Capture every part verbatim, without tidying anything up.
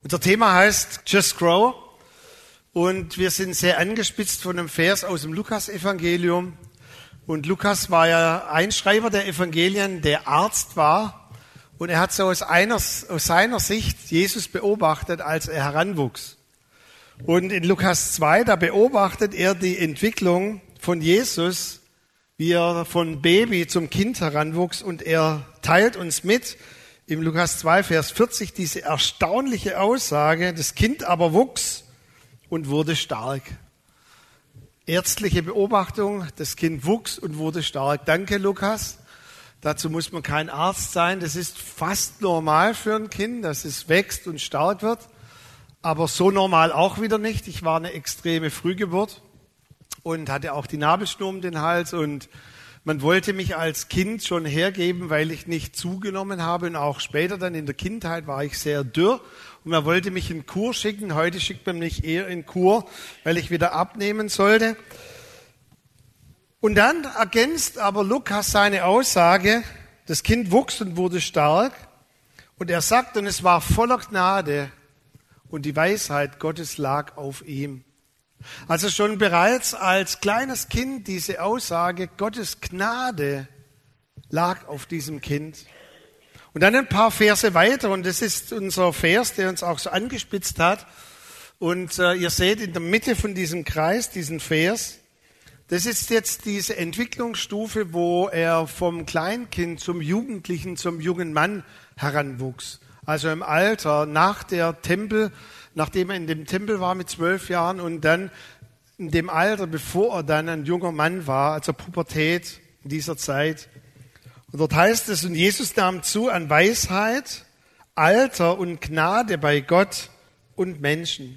Unser Thema heißt Just Grow und wir sind sehr angespitzt von einem Vers aus dem Lukas-Evangelium. Und Lukas war ja ein Schreiber der Evangelien, der Arzt war, und er hat so aus, einer, aus seiner Sicht Jesus beobachtet, als er heranwuchs. Und in Lukas zwei, da beobachtet er die Entwicklung von Jesus, wie er von Baby zum Kind heranwuchs, und er teilt uns mit, im Lukas zwei, Vers vierzig, diese erstaunliche Aussage: Das Kind aber wuchs und wurde stark. Ärztliche Beobachtung: Das Kind wuchs und wurde stark. Danke, Lukas. Dazu muss man kein Arzt sein. Das ist fast normal für ein Kind, dass es wächst und stark wird. Aber so normal auch wieder nicht. Ich war eine extreme Frühgeburt und hatte auch die Nabelschnur um den Hals, und man wollte mich als Kind schon hergeben, weil ich nicht zugenommen habe, und auch später dann in der Kindheit war ich sehr dürr, und man wollte mich in Kur schicken. Heute schickt man mich eher in Kur, weil ich wieder abnehmen sollte. Und dann ergänzt aber Lukas seine Aussage: Das Kind wuchs und wurde stark, und er sagt, und es war voller Gnade und die Weisheit Gottes lag auf ihm. Also schon bereits als kleines Kind diese Aussage, Gottes Gnade lag auf diesem Kind. Und dann ein paar Verse weiter, und das ist unser Vers, der uns auch so angespitzt hat. Und äh, ihr seht in der Mitte von diesem Kreis diesen Vers. Das ist jetzt diese Entwicklungsstufe, wo er vom Kleinkind zum Jugendlichen, zum jungen Mann heranwuchs. Also im Alter nach der Tempel, nachdem er in dem Tempel war mit zwölf Jahren, und dann in dem Alter, bevor er dann ein junger Mann war, also Pubertät in dieser Zeit. Und dort heißt es: Und Jesus nahm zu an Weisheit, Alter und Gnade bei Gott und Menschen.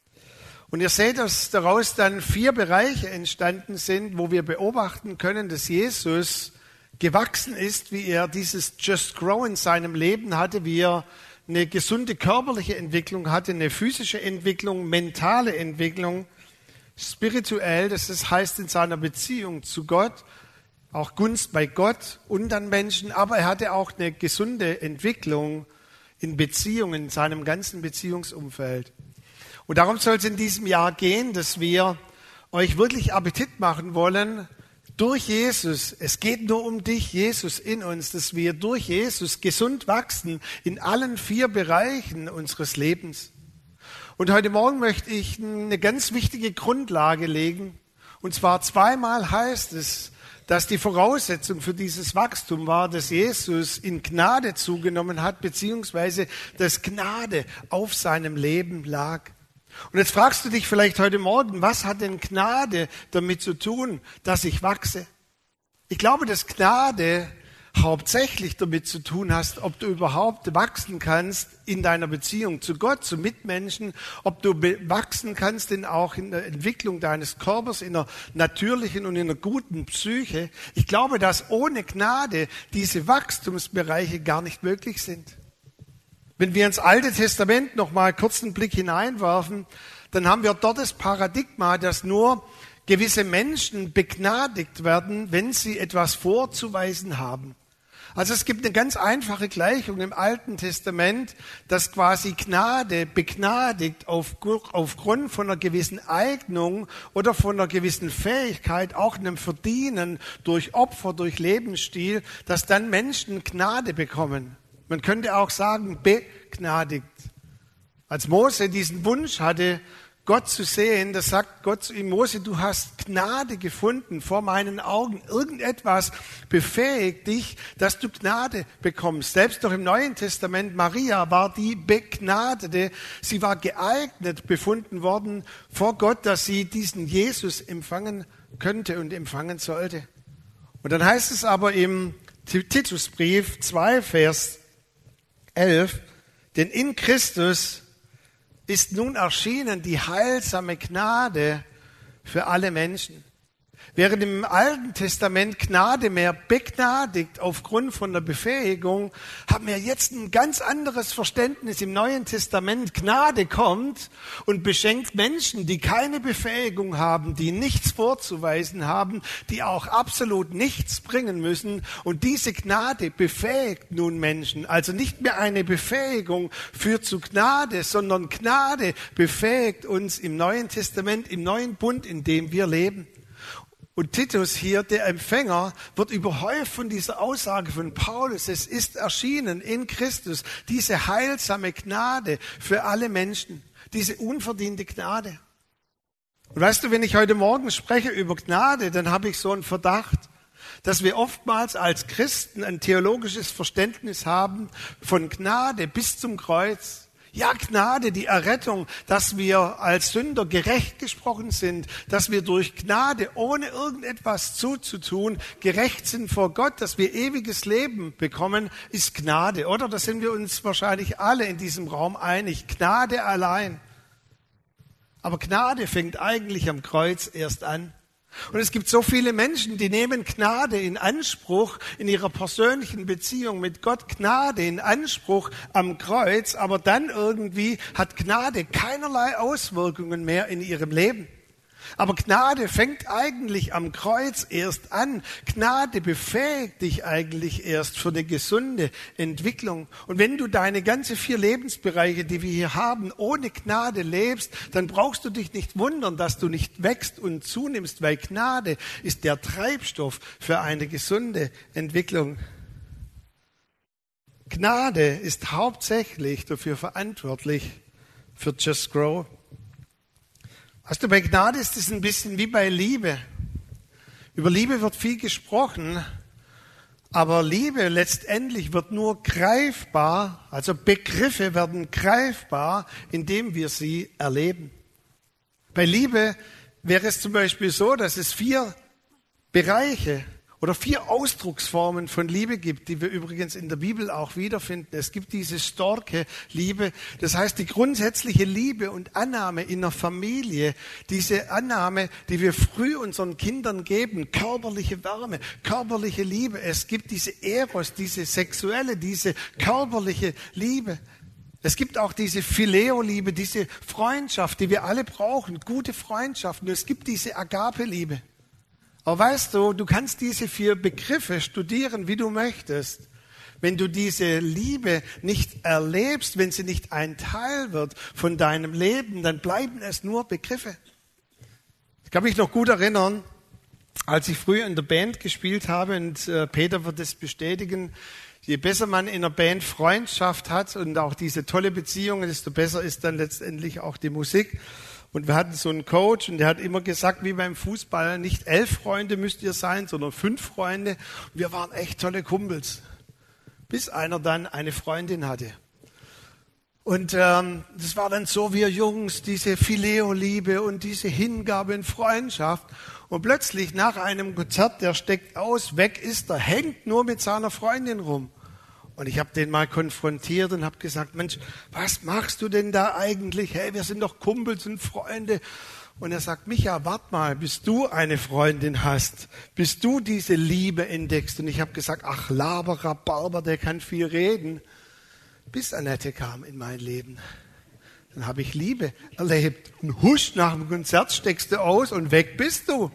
Und ihr seht, dass daraus dann vier Bereiche entstanden sind, wo wir beobachten können, dass Jesus gewachsen ist, wie er dieses Just Grow in seinem Leben hatte, wie er eine gesunde körperliche Entwicklung hatte, eine physische Entwicklung, mentale Entwicklung, spirituell, das heißt in seiner Beziehung zu Gott, auch Gunst bei Gott und an Menschen, aber er hatte auch eine gesunde Entwicklung in Beziehungen, in seinem ganzen Beziehungsumfeld. Und darum soll es in diesem Jahr gehen, dass wir euch wirklich Appetit machen wollen durch Jesus. Es geht nur um dich, Jesus in uns, dass wir durch Jesus gesund wachsen in allen vier Bereichen unseres Lebens. Und heute Morgen möchte ich eine ganz wichtige Grundlage legen. Und zwar zweimal heißt es, dass die Voraussetzung für dieses Wachstum war, dass Jesus in Gnade zugenommen hat, beziehungsweise dass Gnade auf seinem Leben lag. Und jetzt fragst du dich vielleicht heute Morgen, was hat denn Gnade damit zu tun, dass ich wachse? Ich glaube, dass Gnade hauptsächlich damit zu tun hast, ob du überhaupt wachsen kannst in deiner Beziehung zu Gott, zu Mitmenschen, ob du wachsen kannst in auch in der Entwicklung deines Körpers, in einer natürlichen und in einer guten Psyche. Ich glaube, dass ohne Gnade diese Wachstumsbereiche gar nicht möglich sind. Wenn wir ins Alte Testament noch mal kurz einen Blick hineinwerfen, dann haben wir dort das Paradigma, dass nur gewisse Menschen begnadigt werden, wenn sie etwas vorzuweisen haben. Also es gibt eine ganz einfache Gleichung im Alten Testament, dass quasi Gnade begnadigt auf, aufgrund von einer gewissen Eignung oder von einer gewissen Fähigkeit, auch einem Verdienen durch Opfer, durch Lebensstil, dass dann Menschen Gnade bekommen. Man könnte auch sagen, begnadigt. Als Mose diesen Wunsch hatte, Gott zu sehen, da sagt Gott zu ihm: Mose, du hast Gnade gefunden vor meinen Augen. Irgendetwas befähigt dich, dass du Gnade bekommst. Selbst doch im Neuen Testament, Maria war die Begnadete. Sie war geeignet befunden worden vor Gott, dass sie diesen Jesus empfangen könnte und empfangen sollte. Und dann heißt es aber im Titusbrief zwei, Vers elf, denn in Christus ist nun erschienen die heilsame Gnade für alle Menschen. Während im Alten Testament Gnade mehr begnadigt aufgrund von der Befähigung, haben wir jetzt ein ganz anderes Verständnis im Neuen Testament. Gnade kommt und beschenkt Menschen, die keine Befähigung haben, die nichts vorzuweisen haben, die auch absolut nichts bringen müssen. Und diese Gnade befähigt nun Menschen. Also nicht mehr eine Befähigung führt zu Gnade, sondern Gnade befähigt uns im Neuen Testament, im neuen Bund, in dem wir leben. Und Titus hier, der Empfänger, wird überhäuft von dieser Aussage von Paulus. Es ist erschienen in Christus diese heilsame Gnade für alle Menschen, diese unverdiente Gnade. Und weißt du, wenn ich heute Morgen spreche über Gnade, dann habe ich so einen Verdacht, dass wir oftmals als Christen ein theologisches Verständnis haben von Gnade bis zum Kreuz. Ja, Gnade, die Errettung, dass wir als Sünder gerecht gesprochen sind, dass wir durch Gnade, ohne irgendetwas zuzutun, gerecht sind vor Gott, dass wir ewiges Leben bekommen, ist Gnade, oder? Da sind wir uns wahrscheinlich alle in diesem Raum einig. Gnade allein. Aber Gnade fängt eigentlich am Kreuz erst an. Und es gibt so viele Menschen, die nehmen Gnade in Anspruch in ihrer persönlichen Beziehung mit Gott, Gnade in Anspruch am Kreuz, aber dann irgendwie hat Gnade keinerlei Auswirkungen mehr in ihrem Leben. Aber Gnade fängt eigentlich am Kreuz erst an. Gnade befähigt dich eigentlich erst für eine gesunde Entwicklung. Und wenn du deine ganze vier Lebensbereiche, die wir hier haben, ohne Gnade lebst, dann brauchst du dich nicht wundern, dass du nicht wächst und zunimmst, weil Gnade ist der Treibstoff für eine gesunde Entwicklung. Gnade ist hauptsächlich dafür verantwortlich, für Just Grow. Weißt du, bei Gnade ist es ein bisschen wie bei Liebe. Über Liebe wird viel gesprochen, aber Liebe letztendlich wird nur greifbar, also Begriffe werden greifbar, indem wir sie erleben. Bei Liebe wäre es zum Beispiel so, dass es vier Bereiche oder vier Ausdrucksformen von Liebe gibt, die wir übrigens in der Bibel auch wiederfinden. Es gibt diese starke Liebe, das heißt die grundsätzliche Liebe und Annahme in der Familie, diese Annahme, die wir früh unseren Kindern geben, körperliche Wärme, körperliche Liebe. Es gibt diese Eros, diese sexuelle, diese körperliche Liebe. Es gibt auch diese Phileo-Liebe, diese Freundschaft, die wir alle brauchen, gute Freundschaften. Es gibt diese Agape-Liebe. Aber weißt du, du kannst diese vier Begriffe studieren, wie du möchtest. Wenn du diese Liebe nicht erlebst, wenn sie nicht ein Teil wird von deinem Leben, dann bleiben es nur Begriffe. Ich kann mich noch gut erinnern, als ich früher in der Band gespielt habe, und äh, Peter wird es bestätigen, je besser man in der Band Freundschaft hat und auch diese tolle Beziehung, desto besser ist dann letztendlich auch die Musik. Und wir hatten so einen Coach und der hat immer gesagt, wie beim Fußball, nicht elf Freunde müsst ihr sein, sondern fünf Freunde. Und wir waren echt tolle Kumpels, bis einer dann eine Freundin hatte. Und ähm, das war dann so, wir Jungs, diese Phileo-Liebe und diese Hingabe in Freundschaft. Und plötzlich nach einem Konzert, der steckt aus, weg ist er, hängt nur mit seiner Freundin rum. Und ich habe den mal konfrontiert und habe gesagt, Mensch, was machst du denn da eigentlich? Hey, wir sind doch Kumpels und Freunde. Und er sagt, Micha, wart mal, bis du eine Freundin hast, bis du diese Liebe entdeckst. Und ich habe gesagt, ach, Laberer, Barber, der kann viel reden. Bis Annette kam in mein Leben. Dann habe ich Liebe erlebt. Und husch, nach dem Konzert steckst du aus und weg bist du.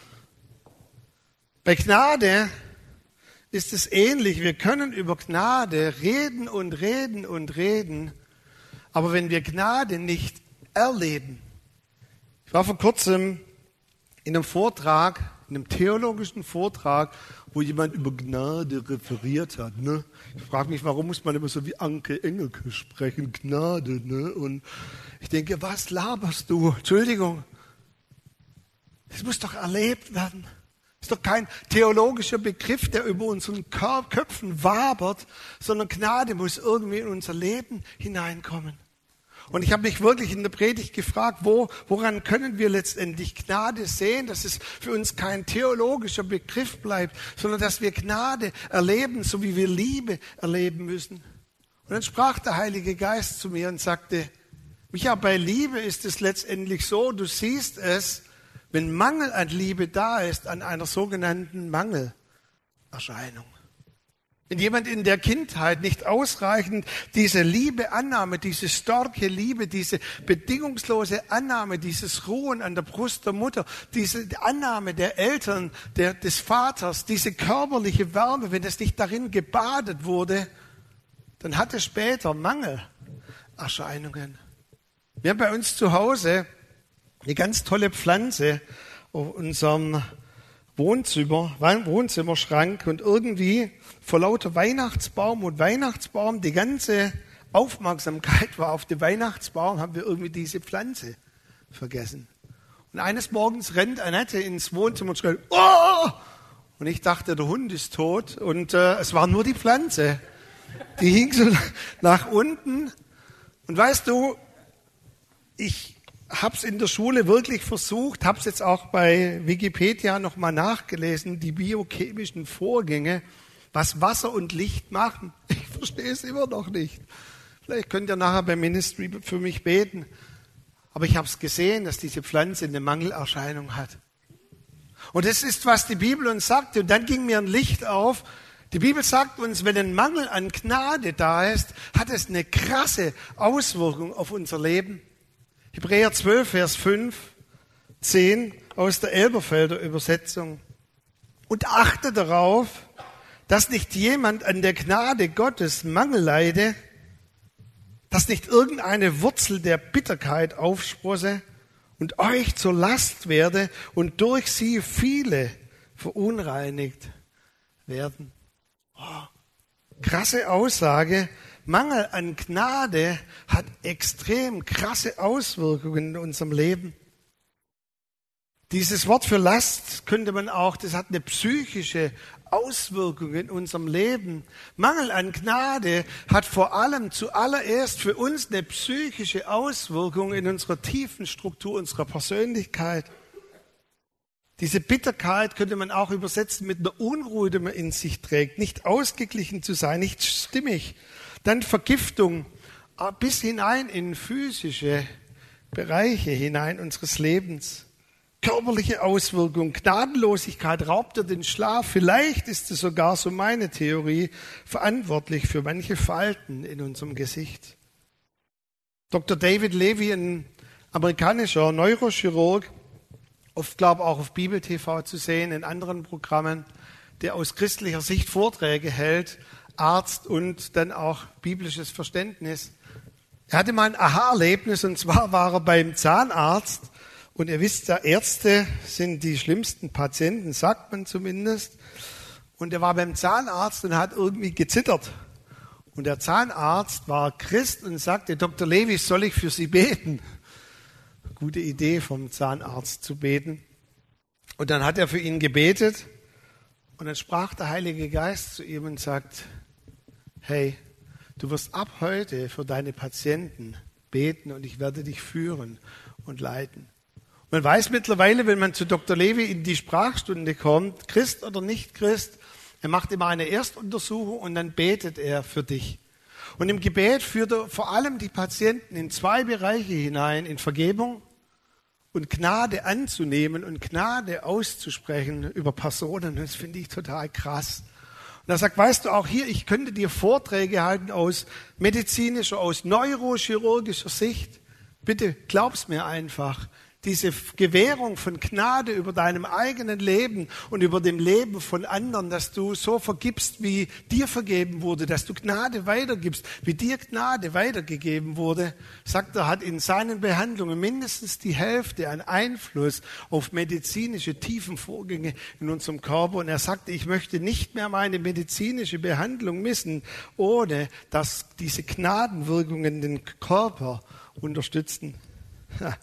Bei Gnade ist es ähnlich. Wir können über Gnade reden und reden und reden, aber wenn wir Gnade nicht erleben. Ich war vor kurzem in einem Vortrag, in einem theologischen Vortrag, wo jemand über Gnade referiert hat. Ne? Ich frage mich, warum muss man immer so wie Anke Engelke sprechen, Gnade. Ne? Und ich denke, was laberst du? Entschuldigung, das muss doch erlebt werden. Das ist doch kein theologischer Begriff, der über unseren Köpfen wabert, sondern Gnade muss irgendwie in unser Leben hineinkommen. Und ich habe mich wirklich in der Predigt gefragt, wo, woran können wir letztendlich Gnade sehen, dass es für uns kein theologischer Begriff bleibt, sondern dass wir Gnade erleben, so wie wir Liebe erleben müssen. Und dann sprach der Heilige Geist zu mir und sagte, Micha, bei Liebe ist es letztendlich so, du siehst es, wenn Mangel an Liebe da ist, an einer sogenannten Mangelerscheinung. Wenn jemand in der Kindheit nicht ausreichend diese Liebe, Annahme, diese starke Liebe, diese bedingungslose Annahme, dieses Ruhen an der Brust der Mutter, diese Annahme der Eltern, der, des Vaters, diese körperliche Wärme, wenn es nicht darin gebadet wurde, dann hat es später Mangelerscheinungen. Wir haben bei uns zu Hause eine ganz tolle Pflanze auf unserem Wohnzimmer, Wohnzimmerschrank und irgendwie vor lauter Weihnachtsbaum und Weihnachtsbaum, die ganze Aufmerksamkeit war auf den Weihnachtsbaum, haben wir irgendwie diese Pflanze vergessen. Und eines Morgens rennt Annette ins Wohnzimmer und schreit, oh! Und ich dachte, der Hund ist tot und äh, es war nur die Pflanze. Die hing so nach unten. Und weißt du, ich habe es in der Schule wirklich versucht, habe es jetzt auch bei Wikipedia nochmal nachgelesen, die biochemischen Vorgänge, was Wasser und Licht machen. Ich verstehe es immer noch nicht. Vielleicht könnt ihr nachher beim Ministry für mich beten. Aber ich habe es gesehen, dass diese Pflanze eine Mangelerscheinung hat. Und das ist, was die Bibel uns sagt. Und dann ging mir ein Licht auf. Die Bibel sagt uns, wenn ein Mangel an Gnade da ist, hat es eine krasse Auswirkung auf unser Leben. Hebräer zwölf, Vers fünf, zehn aus der Elberfelder Übersetzung. Und achte darauf, dass nicht jemand an der Gnade Gottes Mangel leide, dass nicht irgendeine Wurzel der Bitterkeit aufsprosse und euch zur Last werde und durch sie viele verunreinigt werden. Oh, krasse Aussage. Mangel an Gnade hat extrem krasse Auswirkungen in unserem Leben. Dieses Wort für Last könnte man auch, das hat eine psychische Auswirkung in unserem Leben. Mangel an Gnade hat vor allem zuallererst für uns eine psychische Auswirkung in unserer tiefen Struktur unserer Persönlichkeit. Diese Bitterkeit könnte man auch übersetzen mit einer Unruhe, die man in sich trägt, nicht ausgeglichen zu sein, nicht stimmig. Dann Vergiftung bis hinein in physische Bereiche hinein unseres Lebens. Körperliche Auswirkungen, Gnadenlosigkeit raubt dir den Schlaf. Vielleicht ist es sogar, so meine Theorie, verantwortlich für manche Falten in unserem Gesicht. Doktor David Levy, ein amerikanischer Neurochirurg, oft glaube ich auch auf Bibel T V zu sehen, in anderen Programmen, der aus christlicher Sicht Vorträge hält, Arzt und dann auch biblisches Verständnis. Er hatte mal ein Aha-Erlebnis und zwar war er beim Zahnarzt und ihr wisst ja, Ärzte sind die schlimmsten Patienten, sagt man zumindest. Und er war beim Zahnarzt und hat irgendwie gezittert. Und der Zahnarzt war Christ und sagte, Doktor Levy, soll ich für Sie beten? Gute Idee vom Zahnarzt zu beten. Und dann hat er für ihn gebetet und dann sprach der Heilige Geist zu ihm und sagt, hey, du wirst ab heute für deine Patienten beten und ich werde dich führen und leiten. Man weiß mittlerweile, wenn man zu Doktor Levy in die Sprachstunde kommt, Christ oder nicht Christ, er macht immer eine Erstuntersuchung und dann betet er für dich. Und im Gebet führt er vor allem die Patienten in zwei Bereiche hinein, in Vergebung und Gnade anzunehmen und Gnade auszusprechen über Personen. Das finde ich total krass. Und er sagt, weißt du, auch hier, ich könnte dir Vorträge halten aus medizinischer, aus neurochirurgischer Sicht. Bitte glaub's mir einfach. Diese Gewährung von Gnade über deinem eigenen Leben und über dem Leben von anderen, dass du so vergibst, wie dir vergeben wurde, dass du Gnade weitergibst, wie dir Gnade weitergegeben wurde, sagt er, hat in seinen Behandlungen mindestens die Hälfte an Einfluss auf medizinische Tiefenvorgänge in unserem Körper. Und er sagte, ich möchte nicht mehr meine medizinische Behandlung missen, ohne dass diese Gnadenwirkungen den Körper unterstützen. Ha.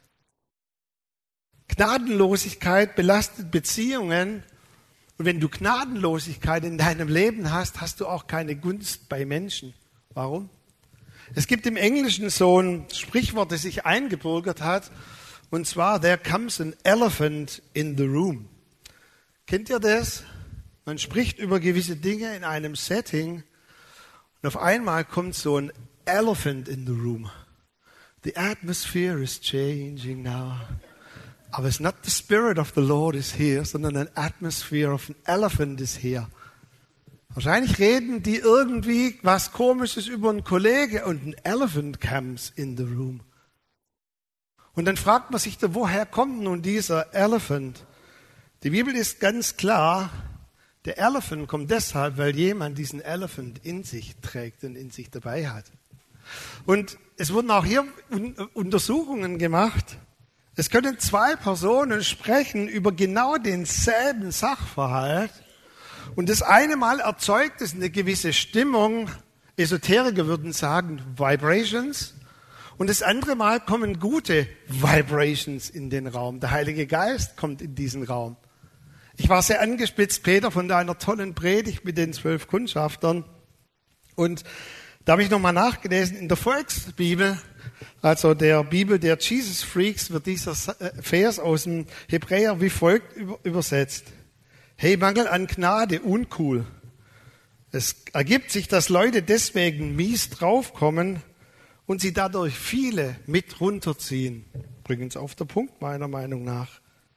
Gnadenlosigkeit belastet Beziehungen. Und wenn du Gnadenlosigkeit in deinem Leben hast, hast du auch keine Gunst bei Menschen. Warum? Es gibt im Englischen so ein Sprichwort, das sich eingebürgert hat. Und zwar, there comes an elephant in the room. Kennt ihr das? Man spricht über gewisse Dinge in einem Setting. Und auf einmal kommt so ein elephant in the room. The atmosphere is changing now. Aber it's not the Spirit of the Lord is here, sondern an atmosphere of an elephant is here. Wahrscheinlich reden die irgendwie was Komisches über einen Kollege und ein Elephant comes in the room. Und dann fragt man sich da, woher kommt nun dieser Elephant? Die Bibel ist ganz klar, der Elephant kommt deshalb, weil jemand diesen Elephant in sich trägt und in sich dabei hat. Und es wurden auch hier Untersuchungen gemacht. Es können zwei Personen sprechen über genau denselben Sachverhalt. Und das eine Mal erzeugt es eine gewisse Stimmung. Esoteriker würden sagen Vibrations. Und das andere Mal kommen gute Vibrations in den Raum. Der Heilige Geist kommt in diesen Raum. Ich war sehr angespitzt, Peter, von deiner tollen Predigt mit den zwölf Kundschaftern. Und da habe ich nochmal nachgelesen, in der Volksbibel, also der Bibel der Jesus Freaks, wird dieser Vers aus dem Hebräer wie folgt übersetzt. Hey, Mangel an Gnade, uncool. Es ergibt sich, dass Leute deswegen mies draufkommen und sie dadurch viele mit runterziehen. Übrigens auf der Punkt meiner Meinung nach.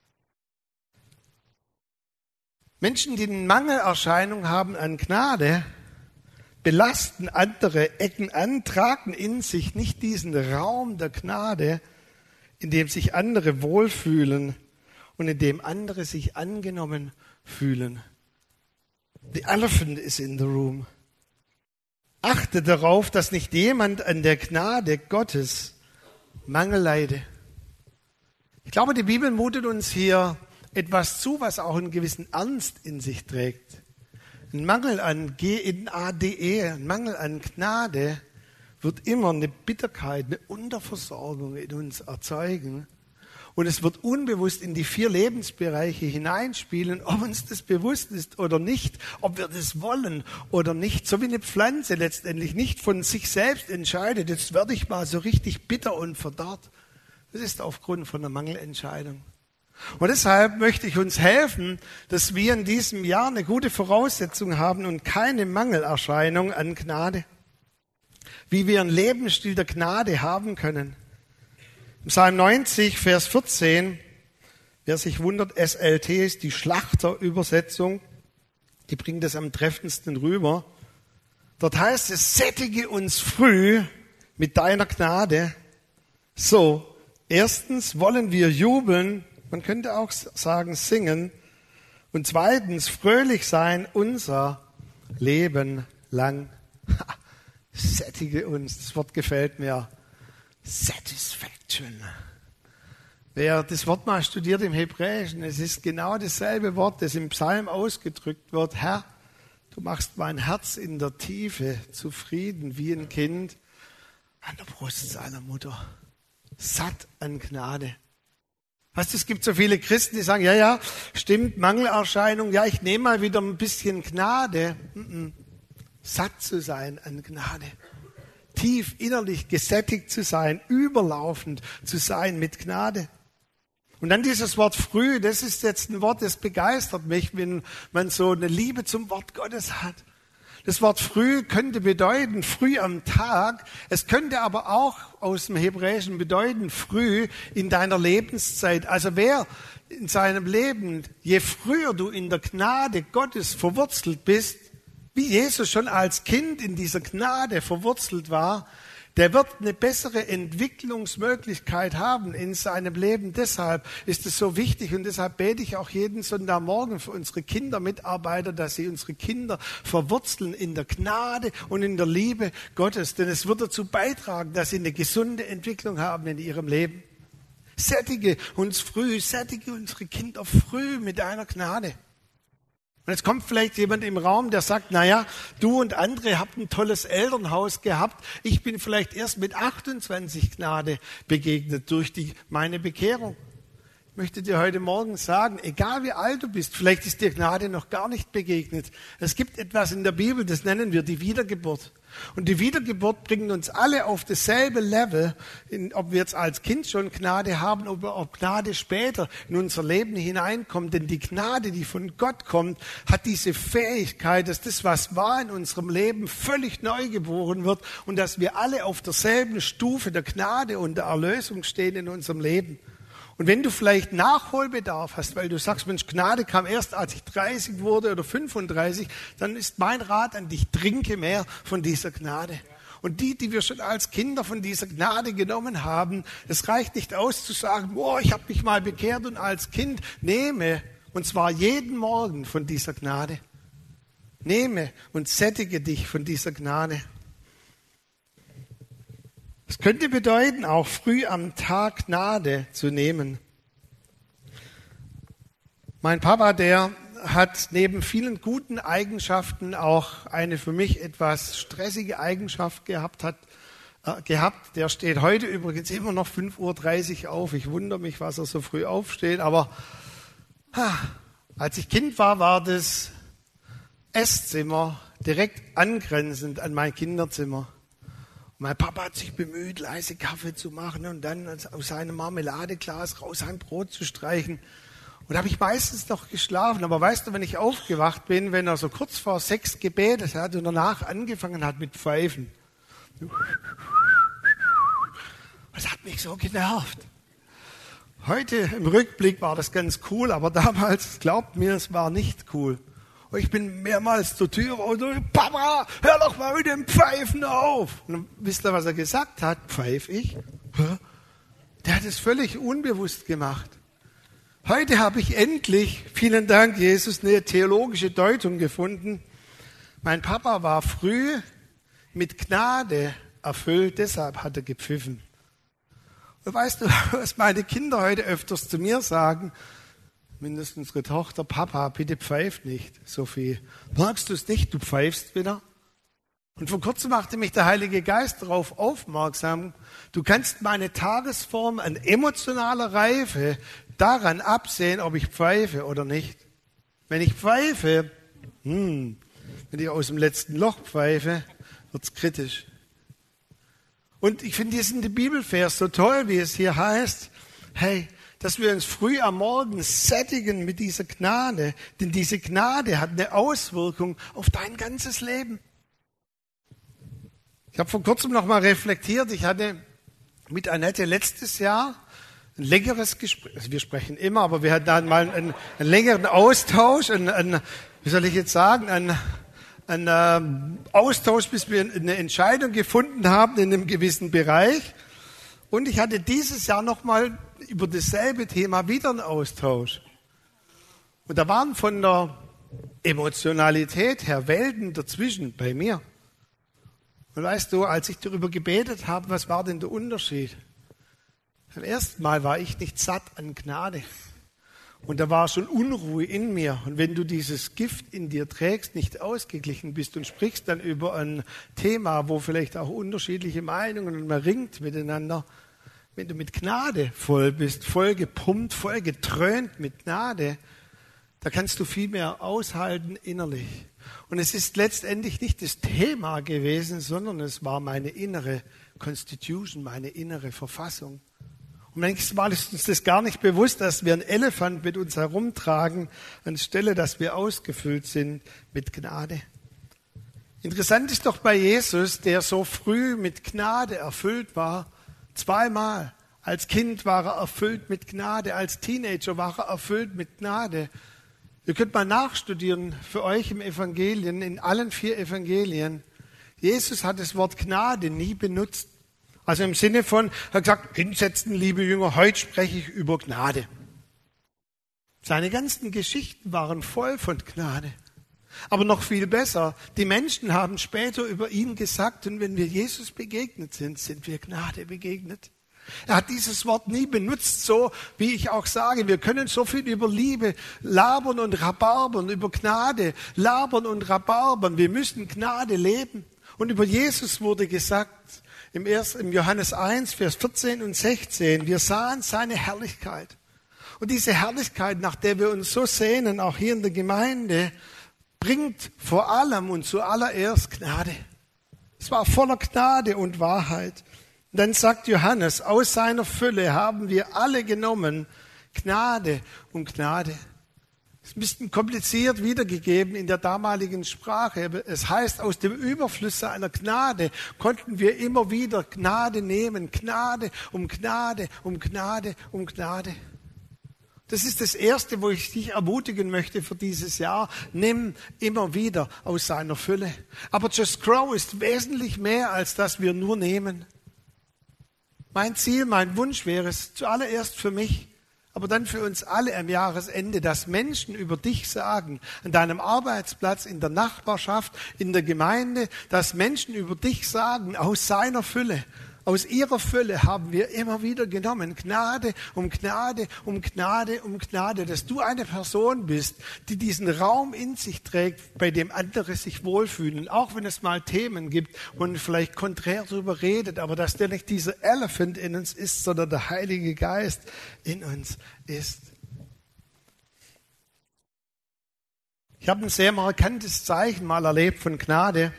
Menschen, die eine Mangelerscheinung haben an Gnade, belasten andere, ecken an, tragen in sich nicht diesen Raum der Gnade, in dem sich andere wohlfühlen und in dem andere sich angenommen fühlen. The elephant is in the room. Achte darauf, dass nicht jemand an der Gnade Gottes Mangel leide. Ich glaube, die Bibel mutet uns hier etwas zu, was auch einen gewissen Ernst in sich trägt. Ein Mangel an G N A D E, ein Mangel an Gnade wird immer eine Bitterkeit, eine Unterversorgung in uns erzeugen. Und es wird unbewusst in die vier Lebensbereiche hineinspielen, ob uns das bewusst ist oder nicht, ob wir das wollen oder nicht. So wie eine Pflanze letztendlich nicht von sich selbst entscheidet, jetzt werde ich mal so richtig bitter und verdorrt. Das ist aufgrund von einer Mangelentscheidung. Und deshalb möchte ich uns helfen, dass wir in diesem Jahr eine gute Voraussetzung haben und keine Mangelerscheinung an Gnade. Wie wir einen Lebensstil der Gnade haben können. Im Psalm neunzig, Vers vierzehn, wer sich wundert, S L T ist die Schlachterübersetzung, die bringt es am treffendsten rüber. Dort heißt es, sättige uns früh mit deiner Gnade. So, erstens wollen wir jubeln, man könnte auch sagen singen, und zweitens fröhlich sein unser Leben lang. Ha, sättige uns, das Wort gefällt mir. Satisfaction. Wer das Wort mal studiert im Hebräischen, es ist genau dasselbe Wort, das im Psalm ausgedrückt wird. Herr, du machst mein Herz in der Tiefe zufrieden wie ein Kind an der Brust seiner Mutter. Satt an Gnade. Weißt du, es gibt so viele Christen, die sagen, ja, ja, stimmt, Mangelerscheinung, ja, ich nehme mal wieder ein bisschen Gnade. Mm-mm. Satt zu sein an Gnade. Tief innerlich gesättigt zu sein, überlaufend zu sein mit Gnade. Und dann dieses Wort früh, das ist jetzt ein Wort, das begeistert mich, wenn man so eine Liebe zum Wort Gottes hat. Das Wort früh könnte bedeuten, früh am Tag. Es könnte aber auch aus dem Hebräischen bedeuten, früh in deiner Lebenszeit. Also wer in seinem Leben, je früher du in der Gnade Gottes verwurzelt bist, wie Jesus schon als Kind in dieser Gnade verwurzelt war, der wird eine bessere Entwicklungsmöglichkeit haben in seinem Leben. Deshalb ist es so wichtig und deshalb bete ich auch jeden Sonntagmorgen für unsere Kindermitarbeiter, dass sie unsere Kinder verwurzeln in der Gnade und in der Liebe Gottes. Denn es wird dazu beitragen, dass sie eine gesunde Entwicklung haben in ihrem Leben. Sättige uns früh, sättige unsere Kinder früh mit deiner Gnade. Und jetzt kommt vielleicht jemand im Raum, der sagt, naja, du und andere habt ein tolles Elternhaus gehabt. Ich bin vielleicht erst mit achtundzwanzig Gnade begegnet durch die, meine Bekehrung. Ich möchte dir heute Morgen sagen, egal wie alt du bist, vielleicht ist dir Gnade noch gar nicht begegnet. Es gibt etwas in der Bibel, das nennen wir die Wiedergeburt. Und die Wiedergeburt bringt uns alle auf dasselbe Level, in, ob wir jetzt als Kind schon Gnade haben oder ob Gnade später in unser Leben hineinkommt. Denn die Gnade, die von Gott kommt, hat diese Fähigkeit, dass das, was war in unserem Leben, völlig neu geboren wird und dass wir alle auf derselben Stufe der Gnade und der Erlösung stehen in unserem Leben. Und wenn du vielleicht Nachholbedarf hast, weil du sagst, Mensch, Gnade kam erst, als ich dreißig wurde oder fünfunddreißig, dann ist mein Rat an dich, trinke mehr von dieser Gnade. Und die, die wir schon als Kinder von dieser Gnade genommen haben, es reicht nicht aus zu sagen, boah, ich habe mich mal bekehrt und als Kind nehme, und zwar jeden Morgen von dieser Gnade. Nehme und sättige dich von dieser Gnade. Es könnte bedeuten, auch früh am Tag Gnade zu nehmen. Mein Papa, der hat neben vielen guten Eigenschaften auch eine für mich etwas stressige Eigenschaft gehabt. Hat, äh, gehabt. Der steht heute übrigens immer noch fünf Uhr dreißig auf. Ich wundere mich, was er so früh aufsteht. Aber ha, als ich Kind war, war das Esszimmer direkt angrenzend an mein Kinderzimmer. Mein Papa hat sich bemüht, leise Kaffee zu machen und dann aus seinem Marmeladeglas raus ein Brot zu streichen. Und da habe ich meistens noch geschlafen. Aber weißt du, wenn ich aufgewacht bin, wenn er so kurz vor sechs gebetet hat und danach angefangen hat mit Pfeifen. Das hat mich so genervt. Heute im Rückblick war das ganz cool, aber damals, glaubt mir, es war nicht cool. Ich bin mehrmals zur Tür und so, Papa, hör doch mal mit dem Pfeifen auf. Und dann, wisst ihr, was er gesagt hat? Pfeif ich? Der hat es völlig unbewusst gemacht. Heute habe ich endlich, vielen Dank Jesus, eine theologische Deutung gefunden. Mein Papa war früh mit Gnade erfüllt, deshalb hat er gepfiffen. Und weißt du, was meine Kinder heute öfters zu mir sagen? Mindestens unsere Tochter, Papa, bitte pfeif nicht, Sophie. Magst du es nicht, du pfeifst wieder? Und vor kurzem machte mich der Heilige Geist darauf aufmerksam, du kannst meine Tagesform an emotionaler Reife daran absehen, ob ich pfeife oder nicht. Wenn ich pfeife, hm, wenn ich aus dem letzten Loch pfeife, wird's kritisch. Und ich finde diesen Bibelvers so toll, wie es hier heißt, hey, dass wir uns früh am Morgen sättigen mit dieser Gnade, denn diese Gnade hat eine Auswirkung auf dein ganzes Leben. Ich habe vor kurzem noch mal reflektiert, ich hatte mit Annette letztes Jahr ein längeres Gespräch, also wir sprechen immer, aber wir hatten dann mal einen, einen längeren Austausch, einen, einen, wie soll ich jetzt sagen, einen, einen ähm, Austausch, bis wir eine Entscheidung gefunden haben in einem gewissen Bereich. Und ich hatte dieses Jahr noch mal über dasselbe Thema wieder einen Austausch. Und da waren von der Emotionalität her Welten dazwischen bei mir. Und weißt du, als ich darüber gebetet habe, was war denn der Unterschied? Beim ersten Mal war ich nicht satt an Gnade. Und da war schon Unruhe in mir. Und wenn du dieses Gift in dir trägst, nicht ausgeglichen bist und sprichst dann über ein Thema, wo vielleicht auch unterschiedliche Meinungen und man ringt miteinander, wenn du mit Gnade voll bist, voll gepumpt, voll getrönt mit Gnade, da kannst du viel mehr aushalten innerlich. Und es ist letztendlich nicht das Thema gewesen, sondern es war meine innere Constitution, meine innere Verfassung. Und manches Mal ist uns das gar nicht bewusst, dass wir einen Elefant mit uns herumtragen, anstelle, dass wir ausgefüllt sind mit Gnade. Interessant ist doch bei Jesus, der so früh mit Gnade erfüllt war, zweimal. Als Kind war er erfüllt mit Gnade, als Teenager war er erfüllt mit Gnade. Ihr könnt mal nachstudieren für euch im Evangelien, in allen vier Evangelien. Jesus hat das Wort Gnade nie benutzt. Also im Sinne von, er hat gesagt, hinsetzen, liebe Jünger, heute spreche ich über Gnade. Seine ganzen Geschichten waren voll von Gnade. Aber noch viel besser, die Menschen haben später über ihn gesagt, und wenn wir Jesus begegnet sind, sind wir Gnade begegnet. Er hat dieses Wort nie benutzt, so wie ich auch sage, wir können so viel über Liebe labern und rabarbern, über Gnade labern und rabarbern. Wir müssen Gnade leben. Und über Jesus wurde gesagt, im, ersten, im Johannes eins, Vers vierzehn und sechzehn, wir sahen seine Herrlichkeit. Und diese Herrlichkeit, nach der wir uns so sehnen, auch hier in der Gemeinde, bringt vor allem und zuallererst Gnade. Es war voller Gnade und Wahrheit. Und dann sagt Johannes, aus seiner Fülle haben wir alle genommen, Gnade um Gnade. ist ein bisschen kompliziert wiedergegeben in der damaligen Sprache. Es heißt, aus dem Überfluss seiner Gnade konnten wir immer wieder Gnade nehmen. Gnade um Gnade um Gnade um Gnade. Das ist das Erste, wo ich dich ermutigen möchte für dieses Jahr. Nimm immer wieder aus seiner Fülle. Aber Just Grow ist wesentlich mehr, als dass wir nur nehmen. Mein Ziel, mein Wunsch wäre es zuallererst für mich, aber dann für uns alle am Jahresende, dass Menschen über dich sagen, an deinem Arbeitsplatz, in der Nachbarschaft, in der Gemeinde, dass Menschen über dich sagen, aus seiner Fülle, aus ihrer Fülle haben wir immer wieder genommen, Gnade um Gnade um Gnade um Gnade, dass du eine Person bist, die diesen Raum in sich trägt, bei dem andere sich wohlfühlen, auch wenn es mal Themen gibt, wo man vielleicht konträr darüber redet, aber dass der nicht dieser Elephant in uns ist, sondern der Heilige Geist in uns ist. Ich habe ein sehr markantes Zeichen mal erlebt von Gnade,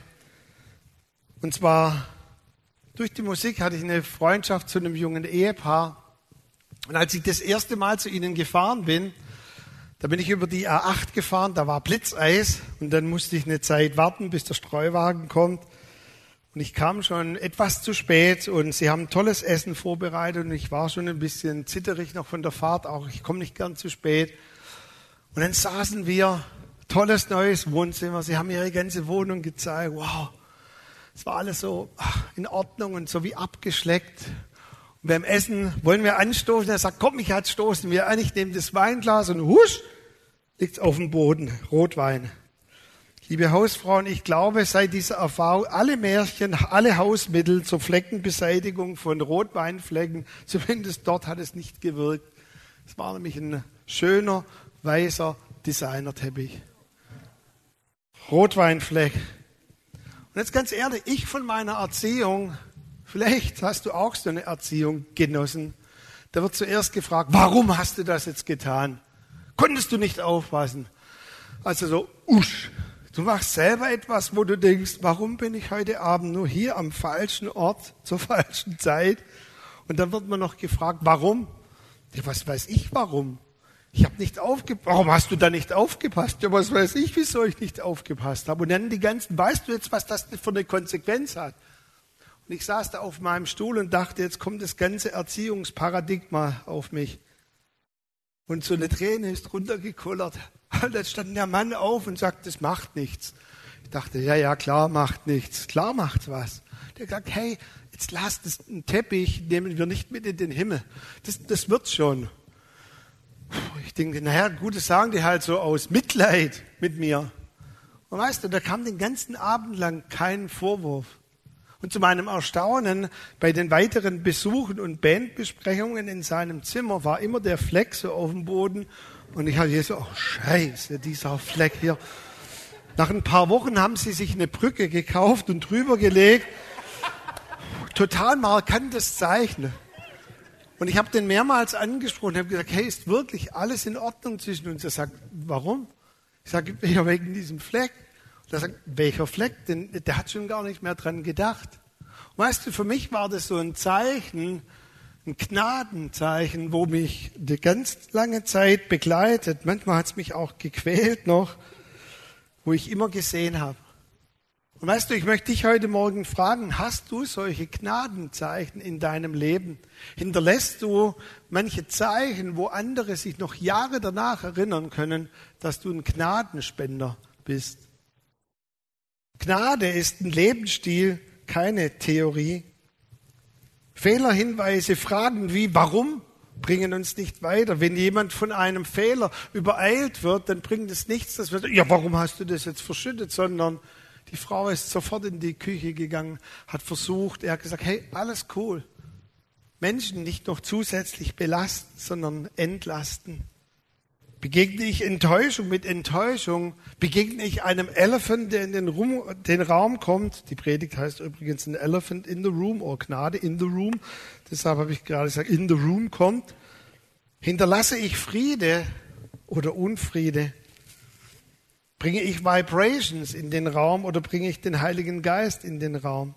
und zwar durch die Musik hatte ich eine Freundschaft zu einem jungen Ehepaar. Und als ich das erste Mal zu ihnen gefahren bin, da bin ich über die A acht gefahren, da war Blitzeis und dann musste ich eine Zeit warten, bis der Streuwagen kommt. Und ich kam schon etwas zu spät und sie haben tolles Essen vorbereitet und ich war schon ein bisschen zitterig noch von der Fahrt, auch ich komme nicht gern zu spät. Und dann saßen wir, tolles neues Wohnzimmer, sie haben ihre ganze Wohnung gezeigt, wow. Es war alles so in Ordnung und so wie abgeschleckt. Und beim Essen wollen wir anstoßen. Er sagt, komm, ich halt stoßen wir an. Ich nehme das Weinglas und husch, liegt's auf dem Boden, Rotwein. Liebe Hausfrauen, ich glaube, seit dieser Erfahrung alle Märchen, alle Hausmittel zur Fleckenbeseitigung von Rotweinflecken, zumindest dort hat es nicht gewirkt. Es war nämlich ein schöner, weißer Designerteppich. Rotweinfleck. Und jetzt ganz ehrlich, ich von meiner Erziehung, vielleicht hast du auch so eine Erziehung genossen, da wird zuerst gefragt, warum hast du das jetzt getan? Konntest du nicht aufpassen? Also so, usch, du machst selber etwas, wo du denkst, warum bin ich heute Abend nur hier am falschen Ort, zur falschen Zeit? Und dann wird man noch gefragt, warum? Ja, was weiß ich warum? Ich habe nicht aufgepasst. Warum hast du da nicht aufgepasst? Ja, was weiß ich, wieso ich nicht aufgepasst habe. Und dann die ganzen, weißt du jetzt, was das für eine Konsequenz hat? Und ich saß da auf meinem Stuhl und dachte, jetzt kommt das ganze Erziehungsparadigma auf mich. Und so eine Träne ist runtergekullert. Und dann stand der Mann auf und sagte, das macht nichts. Ich dachte, ja, ja, klar macht nichts. Klar macht was. Der sagt, hey, jetzt lass das, einen Teppich nehmen wir nicht mit in den Himmel. Das, das wird schon. Ich denke, naja, gut, das sagen die halt so aus Mitleid mit mir. Und weißt du, da kam den ganzen Abend lang kein Vorwurf. Und zu meinem Erstaunen, bei den weiteren Besuchen und Bandbesprechungen in seinem Zimmer war immer der Fleck so auf dem Boden. Und ich hatte hier so, oh Scheiße, dieser Fleck hier. Nach ein paar Wochen haben sie sich eine Brücke gekauft und drüber gelegt. Total markantes Zeichen. Und ich habe den mehrmals angesprochen, habe gesagt, hey, ist wirklich alles in Ordnung zwischen uns? Er sagt, warum? Ich sage, ja, wegen diesem Fleck. Und er sagt, welcher Fleck? Denn der hat schon gar nicht mehr dran gedacht. Und weißt du, für mich war das so ein Zeichen, ein Gnadenzeichen, wo mich die ganz lange Zeit begleitet. Manchmal hat es mich auch gequält noch, wo ich immer gesehen habe. Und weißt du, ich möchte dich heute Morgen fragen, hast du solche Gnadenzeichen in deinem Leben? Hinterlässt du manche Zeichen, wo andere sich noch Jahre danach erinnern können, dass du ein Gnadenspender bist? Gnade ist ein Lebensstil, keine Theorie. Fehlerhinweise, Fragen wie warum bringen uns nicht weiter. Wenn jemand von einem Fehler übereilt wird, dann bringt es nichts, dass wir, ja, warum hast du das jetzt verschüttet, sondern die Frau ist sofort in die Küche gegangen, hat versucht, er hat gesagt, hey, alles cool. Menschen nicht noch zusätzlich belasten, sondern entlasten. Begegne ich Enttäuschung mit Enttäuschung, begegne ich einem Elephant, der in den, Raum, den Raum kommt. Die Predigt heißt übrigens ein Elephant in the Room oder Gnade in the Room. Deshalb habe ich gerade gesagt, in the Room kommt. Hinterlasse ich Friede oder Unfriede? Bringe ich Vibrations in den Raum oder bringe ich den Heiligen Geist in den Raum?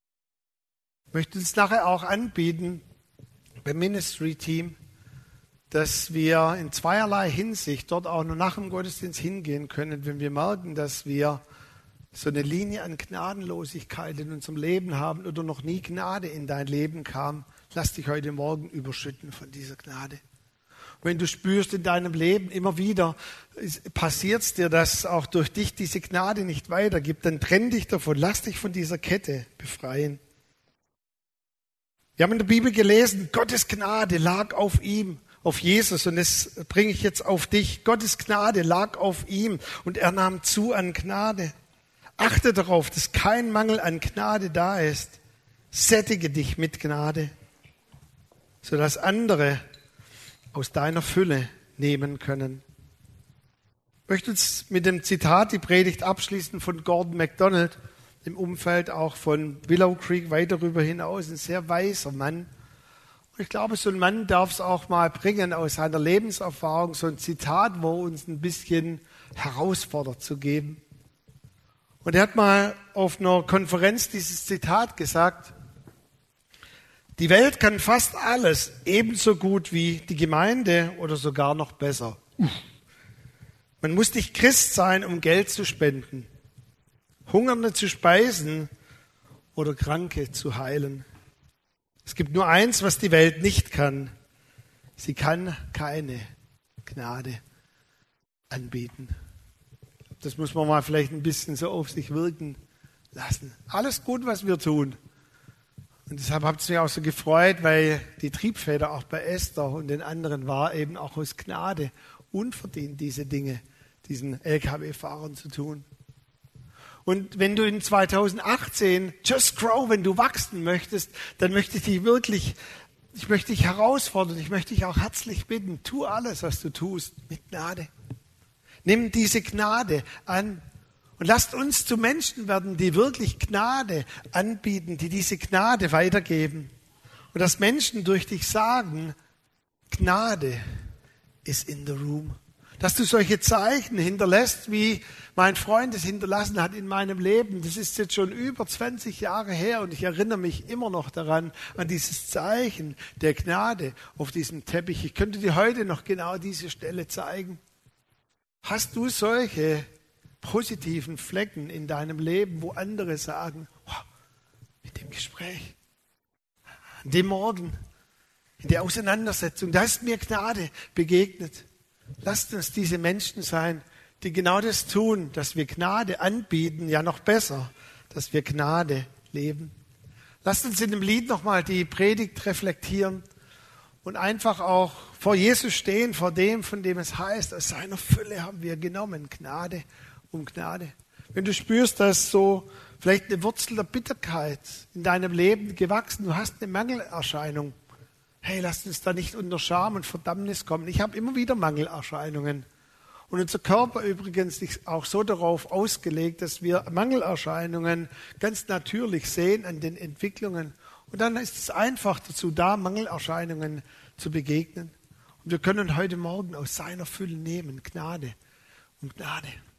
Ich möchte uns nachher auch anbieten, beim Ministry-Team, dass wir in zweierlei Hinsicht dort auch noch nach dem Gottesdienst hingehen können, wenn wir merken, dass wir so eine Linie an Gnadenlosigkeit in unserem Leben haben oder noch nie Gnade in dein Leben kam. Lass dich heute Morgen überschütten von dieser Gnade. Und wenn du spürst in deinem Leben immer wieder, passiert es dir, dass auch durch dich diese Gnade nicht weitergibt, dann trenn dich davon, lass dich von dieser Kette befreien. Wir haben in der Bibel gelesen, Gottes Gnade lag auf ihm, auf Jesus, und das bringe ich jetzt auf dich. Gottes Gnade lag auf ihm und er nahm zu an Gnade. Achte darauf, dass kein Mangel an Gnade da ist. Sättige dich mit Gnade, sodass andere aus deiner Fülle nehmen können. Ich möchte uns mit dem Zitat die Predigt abschließen von Gordon MacDonald, im Umfeld auch von Willow Creek weit darüber hinaus, ein sehr weiser Mann. Und ich glaube, so ein Mann darf es auch mal bringen aus seiner Lebenserfahrung, so ein Zitat, wo uns ein bisschen herausfordert zu geben. Und er hat mal auf einer Konferenz dieses Zitat gesagt: Die Welt kann fast alles ebenso gut wie die Gemeinde oder sogar noch besser. Man muss nicht Christ sein, um Geld zu spenden, Hungernde zu speisen oder Kranke zu heilen. Es gibt nur eins, was die Welt nicht kann. Sie kann keine Gnade anbieten. Das muss man mal vielleicht ein bisschen so auf sich wirken lassen. Alles gut, was wir tun. Und deshalb hat es mich auch so gefreut, weil die Triebfeder auch bei Esther und den anderen war eben auch aus Gnade unverdient, diese Dinge, diesen L K W-Fahrern zu tun. Und wenn du in zweitausendachtzehn Just Grow, wenn du wachsen möchtest, dann möchte ich dich wirklich, ich möchte dich herausfordern, ich möchte dich auch herzlich bitten, tu alles, was du tust, mit Gnade. Nimm diese Gnade an und lasst uns zu Menschen werden, die wirklich Gnade anbieten, die diese Gnade weitergeben. Und dass Menschen durch dich sagen, Gnade is in the room. Dass du solche Zeichen hinterlässt, wie mein Freund es hinterlassen hat in meinem Leben. Das ist jetzt schon über zwanzig Jahre her und ich erinnere mich immer noch daran, an dieses Zeichen der Gnade auf diesem Teppich. Ich könnte dir heute noch genau diese Stelle zeigen. Hast du solche positiven Flecken in deinem Leben, wo andere sagen, oh, mit dem Gespräch, an dem Morgen, in der Auseinandersetzung, da ist mir Gnade begegnet. Lasst uns diese Menschen sein, die genau das tun, dass wir Gnade anbieten, ja noch besser, dass wir Gnade leben. Lasst uns in dem Lied nochmal die Predigt reflektieren und einfach auch vor Jesus stehen, vor dem, von dem es heißt, aus seiner Fülle haben wir genommen, Gnade um Gnade. Wenn du spürst, dass so vielleicht eine Wurzel der Bitterkeit in deinem Leben gewachsen, du hast eine Mangelerscheinung, hey, lasst uns da nicht unter Scham und Verdammnis kommen. Ich habe immer wieder Mangelerscheinungen. Und unser Körper übrigens ist auch so darauf ausgelegt, dass wir Mangelerscheinungen ganz natürlich sehen an den Entwicklungen. Und dann ist es einfach dazu da, Mangelerscheinungen zu begegnen. Und wir können heute Morgen aus seiner Fülle nehmen, Gnade und Gnade.